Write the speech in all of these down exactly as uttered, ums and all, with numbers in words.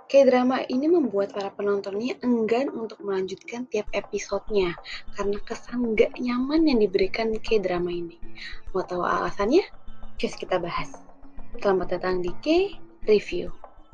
K-drama ini membuat para penontonnya enggan untuk melanjutkan tiap episodenya karena kesan nggak nyaman yang diberikan di K-drama ini. Mau tahu alasannya? Cus kita bahas. Selamat datang di K-Review.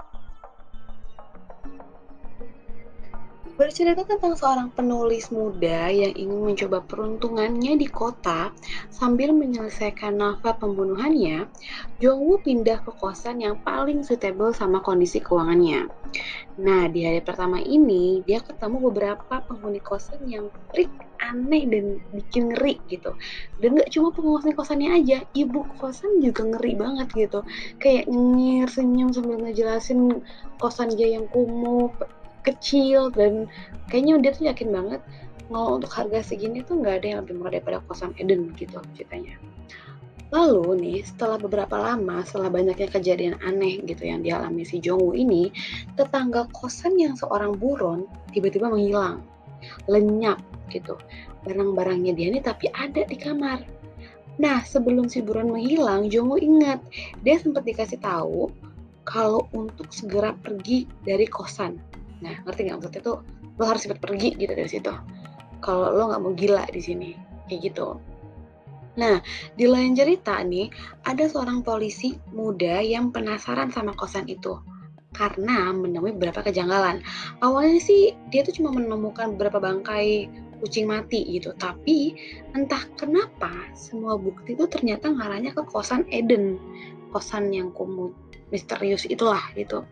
Bercerita tentang seorang penulis muda yang ingin mencoba peruntungannya di kota sambil menyelesaikan novel pembunuhannya, Jong-woo pindah ke kosan yang paling suitable sama kondisi keuangannya. Nah, di hari pertama ini, dia ketemu beberapa penghuni kosan yang trik, aneh, dan bikin ngeri gitu. Dan gak cuma penghuni kosannya aja, ibu kosan juga ngeri banget gitu. Kayak nyengir, senyum sambil ngejelasin kosan dia yang kumuh, kecil, dan kayaknya dia tuh yakin banget kalau untuk harga segini tuh gak ada yang lebih murah daripada kosan Eden gitu ceritanya. Lalu nih, setelah beberapa lama, setelah banyaknya kejadian aneh gitu yang dialami si Jong-woo ini, tetangga kosan yang seorang buron tiba-tiba menghilang, lenyap gitu. Barang-barangnya dia nih tapi ada di kamar. Nah, sebelum si buron menghilang, Jong-woo ingat, dia sempat dikasih tahu kalau untuk segera pergi dari kosan. Nah, ngerti nggak maksudnya tuh, lo harus cepat pergi gitu dari situ. Kalau lo nggak mau gila di sini, kayak gitu. Nah, di lain cerita nih, ada seorang polisi muda yang penasaran sama kosan itu karena menemui beberapa kejanggalan. Awalnya sih dia tuh cuma menemukan beberapa bangkai kucing mati gitu, tapi entah kenapa semua bukti itu ternyata ngarahnya ke kosan Eden, kosan yang kumuh misterius itulah gitu.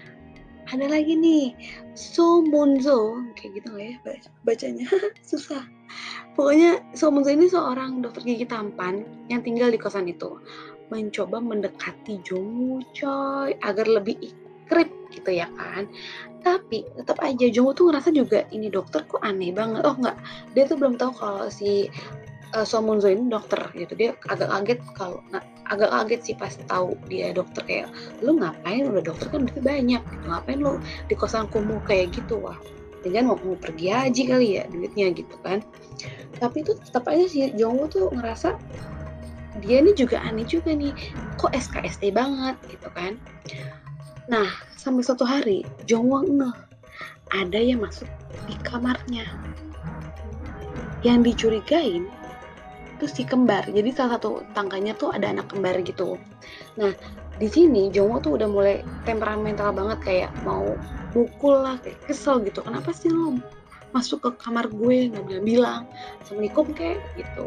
Ada lagi nih, So Monzo, kayak gitu nggak ya bacanya? Susah. Pokoknya So Monzo ini seorang dokter gigi tampan yang tinggal di kosan itu. Mencoba mendekati Jong-woo coy, agar lebih ikrip gitu ya kan. Tapi tetap aja Jong-woo tuh ngerasa juga ini dokter kok aneh banget. Oh enggak, dia tuh belum tahu kalau si uh, So Monzo ini dokter gitu. Dia agak kaget kalau nah, agak kaget sih pas tahu dia dokter, kayak lu ngapain, udah dokter kan duitnya banyak gitu, ngapain lu di kosan kumuh kayak gitu. Wah, jangan mau, mau pergi haji kali ya duitnya gitu kan. Tapi itu tetap aja sih Jong-woo tuh ngerasa dia ini juga aneh juga nih, kok S K S D banget gitu kan. Nah, sampai suatu hari Jong-woo ngeh ada yang masuk di kamarnya. Yang dicurigain itu si kembar. Jadi salah satu tangganya tuh ada anak kembar gitu. Nah, di sini Jong-woo tuh udah mulai temperamental banget, kayak mau mukul lah, kayak kesel gitu. Kenapa sih lo masuk ke kamar gue nggak bilang-bilang, assalamualaikum kayak gitu.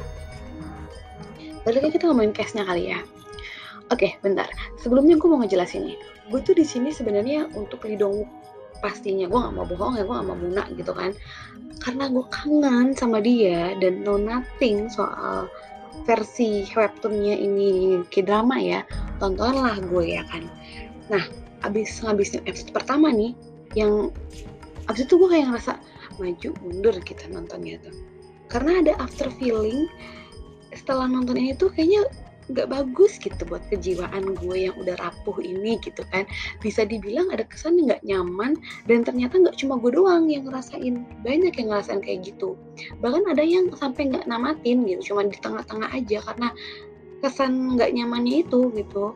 Balik kita ngomongin case-nya kali ya. Oke, bentar. Sebelumnya gue mau ngejelasin nih. Gue tuh di sini sebenarnya untuk Lee Dong Wook pastinya. Gue nggak mau bohong ya, gue nggak mau muna gitu kan. Karena gue kangen sama dia dan know nothing soal versi webtoonnya ini K-drama ya. Tontonlah gue ya kan. Nah, abis ngabisin episode pertama nih, yang abis itu gue kayak ngerasa maju mundur gitu nontonnya tuh. Karena ada after feeling setelah nonton ini tuh kayaknya nggak bagus gitu buat kejiwaan gue yang udah rapuh ini gitu kan. Bisa dibilang ada kesan yang nggak nyaman, dan ternyata nggak cuma gue doang yang ngerasain, banyak yang ngerasain kayak gitu. Bahkan ada yang sampai nggak namatin gitu, cuma di tengah-tengah aja karena kesan nggak nyamannya itu gitu.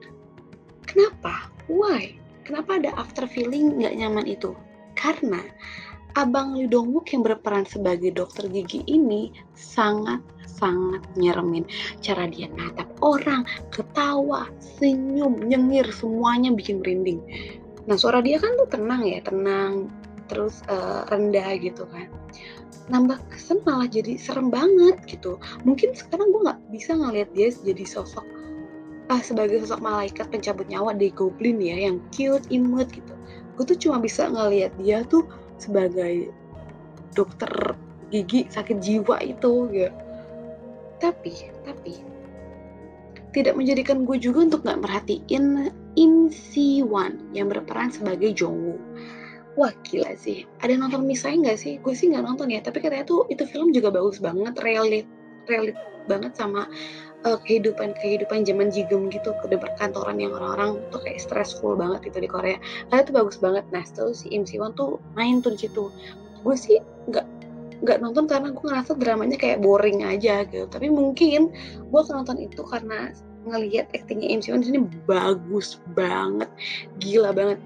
Kenapa? Why? Kenapa ada after feeling nggak nyaman itu? Karena Abang Lee Dong Wook yang berperan sebagai dokter gigi ini sangat-sangat nyeremin. Cara dia natap orang, ketawa, senyum, nyengir, semuanya bikin merinding. Nah, suara dia kan tuh tenang ya, tenang, terus uh, rendah gitu kan. Nambah kesan malah jadi serem banget gitu. Mungkin sekarang gue nggak bisa ngelihat dia jadi sosok ah, sebagai sosok malaikat pencabut nyawa di Goblin ya, yang cute, imut gitu. Gue tuh cuma bisa ngelihat dia tuh sebagai dokter gigi sakit jiwa itu ya. Tapi, tapi tidak menjadikan gue juga untuk nggak merhatiin Im Si-won yang berperan sebagai Jong-woo. Wah gila sih. Ada nonton Misae nggak sih? Gue sih nggak nonton ya. Tapi katanya tuh itu film juga bagus banget, realit, realit banget sama uh, kehidupan kehidupan zaman jigem gitu, ke perkantoran yang orang-orang tuh kayak stressful banget itu di Korea. Karena itu bagus banget. Nah, setelah si Im Si-won tuh main tuh di situ. Gue sih nggak nggak nonton karena gue ngerasa dramanya kayak boring aja gitu. Tapi mungkin gue akan nonton itu karena ngelihat aktingnya Im Si-won di sini bagus banget, gila banget.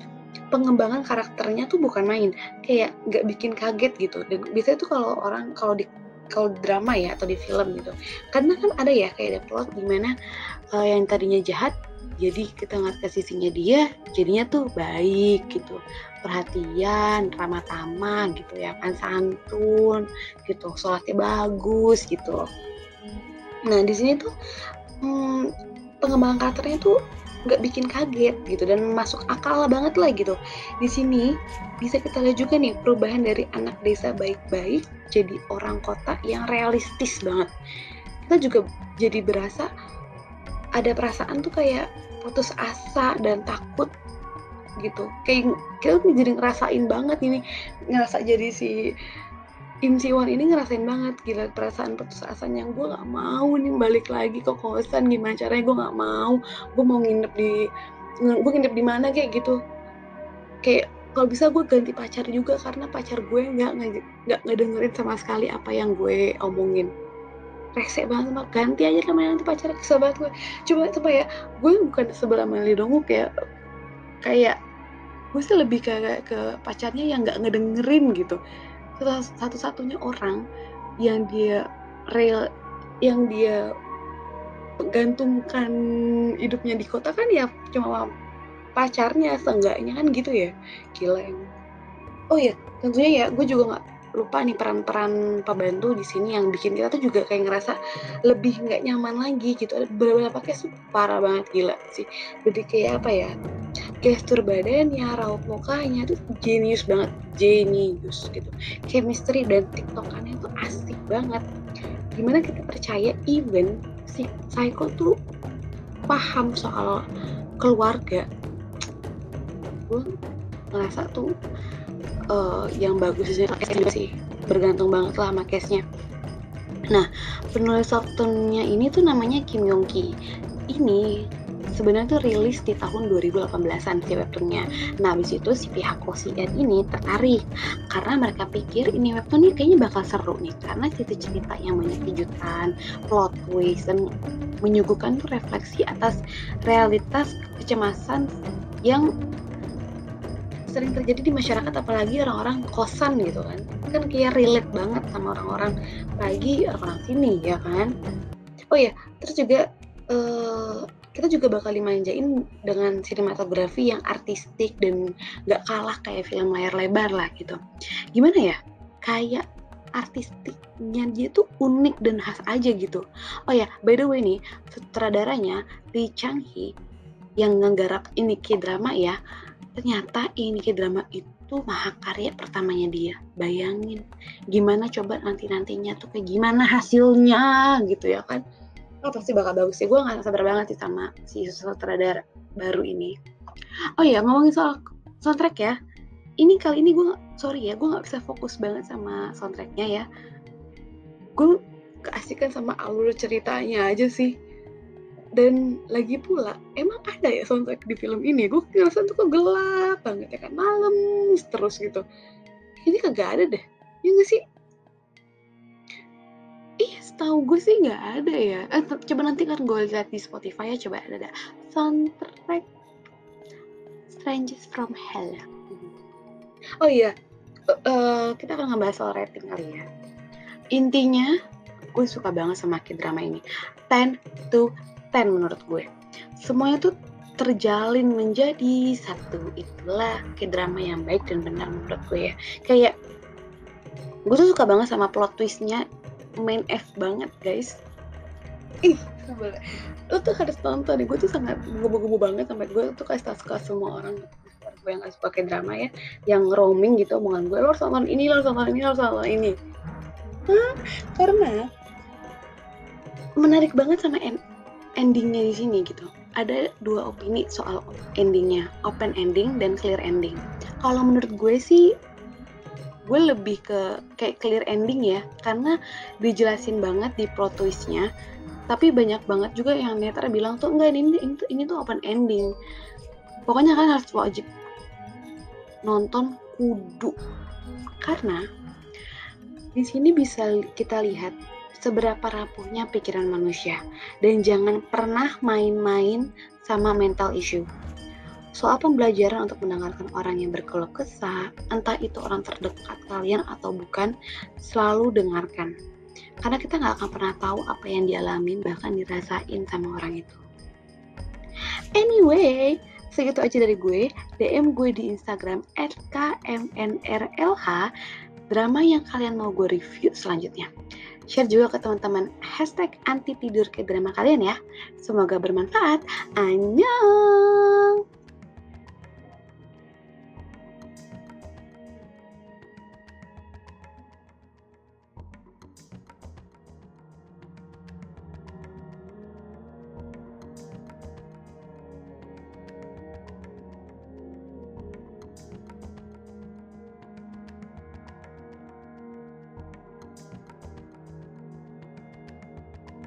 pengembangan karakternya tuh bukan main, kayak nggak bikin kaget gitu. Dan biasanya tuh kalau orang kalau di kalau drama ya atau di film gitu, karena kan ada ya kayak ada plot gimana uh, yang tadinya jahat jadi kita ngeliat ke sisinya dia jadinya tuh baik gitu, perhatian, ramah tamah gitu ya kan, santun gitu, sholatnya bagus gitu. Nah di sini tuh hmm, pengembangan karakternya tuh nggak bikin kaget gitu dan masuk akal banget lah gitu. Di sini bisa kita lihat juga nih perubahan dari anak desa baik-baik jadi orang kota yang realistis banget. Kita juga jadi berasa ada perasaan tuh kayak putus asa dan takut gitu. Kayak kita jadi ngerasain banget ini, ngerasa jadi si Im Siwon ini ngerasain banget gila perasaan putus asanya, gue nggak mau nih balik lagi ke kosan, gimana caranya gue nggak mau, gue mau nginep di gue nginep di mana kayak gitu, kayak kalau bisa gue ganti pacar juga karena pacar gue nggak nggak ngedengerin sama sekali apa yang gue omongin, rese banget mah, ganti aja sama nanti pacarnya, kesel banget gue. Coba coba ya, gue bukan sebelah Meli Dongwook ya, kayak gue sih lebih ke ke pacarnya yang nggak ngedengerin gitu. Satu-satunya orang yang dia real, yang dia gantungkan hidupnya di kota kan ya cuma pacarnya, seenggaknya kan gitu ya, gila emang. Oh ya tentunya ya gue juga nggak lupa nih peran-peran pembantu di sini yang bikin kita tuh juga kayak ngerasa lebih nggak nyaman lagi gitu. Ada beberapa case parah banget, gila sih, jadi kayak apa ya, gestur badannya, raut mukanya tuh jenius banget, jenius gitu. Chemistry dan tiktokannya tuh asik banget. Gimana kita percaya even si Psycho tuh paham soal keluarga. Gue ngerasa tuh uh, yang bagus di sini sih, bergantung banget lah sama case-nya. Nah, penulis webtoonnya ini tuh namanya Kim Yong Ki. Ini sebenarnya tuh rilis di tahun dua ribu delapan belasan si webtoonnya. Nah, habis itu si pihak O C N ini tertarik karena mereka pikir ini webtoon ini kayaknya bakal seru nih karena cerita-cerita yang banyak kejutan, plot twist, dan menyuguhkan tuh refleksi atas realitas kecemasan yang sering terjadi di masyarakat, apalagi orang-orang kosan gitu kan. Kan kayak relate banget sama orang-orang, apalagi orang-orang sini ya kan. Oh ya, terus juga uh, kita juga bakal dimanjain dengan sinematografi yang artistik dan gak kalah kayak film layar lebar lah gitu. Gimana ya, kayak artistiknya dia tuh unik dan khas aja gitu. Oh ya, by the way nih, sutradaranya Lee Chang-hee yang nggarap ini K-drama ya, ternyata ini K-drama itu mahakarya pertamanya dia. Bayangin gimana coba nanti-nantinya tuh kayak gimana hasilnya gitu ya kan. Oh pasti bakal bagus sih, gue gak sabar banget sih sama si sutradara baru ini. Oh iya, ngomongin soal soundtrack ya, ini kali ini gue sorry ya, gue gak bisa fokus banget sama soundtracknya ya. Gue keasikan sama alur ceritanya aja sih. Dan lagi pula, emang ada ya soundtrack di film ini? Gue ngerasa tuh kok gelap banget ya kan, malam terus gitu. Ini kagak ada deh, ya gak sih? Ih, setahu gue sih nggak ada ya. Eh, coba nanti kan gue lihat di Spotify ya, coba ada, ada soundtrack Strangers from Hell. Oh iya, uh, kita akan ngebahas soal rating kali ya. Intinya, gue suka banget sama K-drama ini. ten to ten menurut gue. Semuanya tuh terjalin menjadi satu. Itulah K-drama yang baik dan benar menurut gue ya. Kayak gue tuh suka banget sama plot twistnya, main F banget guys. Ih, sabar. Lo tuh harus nonton nih. Gue tuh sangat gubu-gubu banget sampai gue tuh kasih tau ke semua orang gue yang gak suka K-drama ya, yang roaming gitu omongan gue, lo harus nonton ini, lo harus nonton ini, lo harus nonton ini. Hah? Karena menarik banget sama end- endingnya di sini gitu. Ada dua opini soal endingnya, open ending dan clear ending. Kalau menurut gue sih, gue lebih ke kayak clear ending ya, karena dijelasin banget di plot twistnya. Tapi banyak banget juga yang netter bilang tuh enggak, ini ini tuh, ini tuh open ending. Pokoknya kan harus wajib nonton, kudu, karena di sini bisa kita lihat seberapa rapuhnya pikiran manusia dan jangan pernah main-main sama mental issue. soal pembelajaran untuk mendengarkan orang yang berkeluh kesah, entah itu orang terdekat kalian atau bukan, selalu dengarkan. Karena kita nggak akan pernah tahu apa yang dialamin bahkan dirasain sama orang itu. Anyway, segitu aja dari gue. D M gue di Instagram at k m n r l h drama yang kalian mau gue review selanjutnya. Share juga ke teman-teman hashtag anti tidur ke drama kalian ya. Semoga bermanfaat. Annyeong!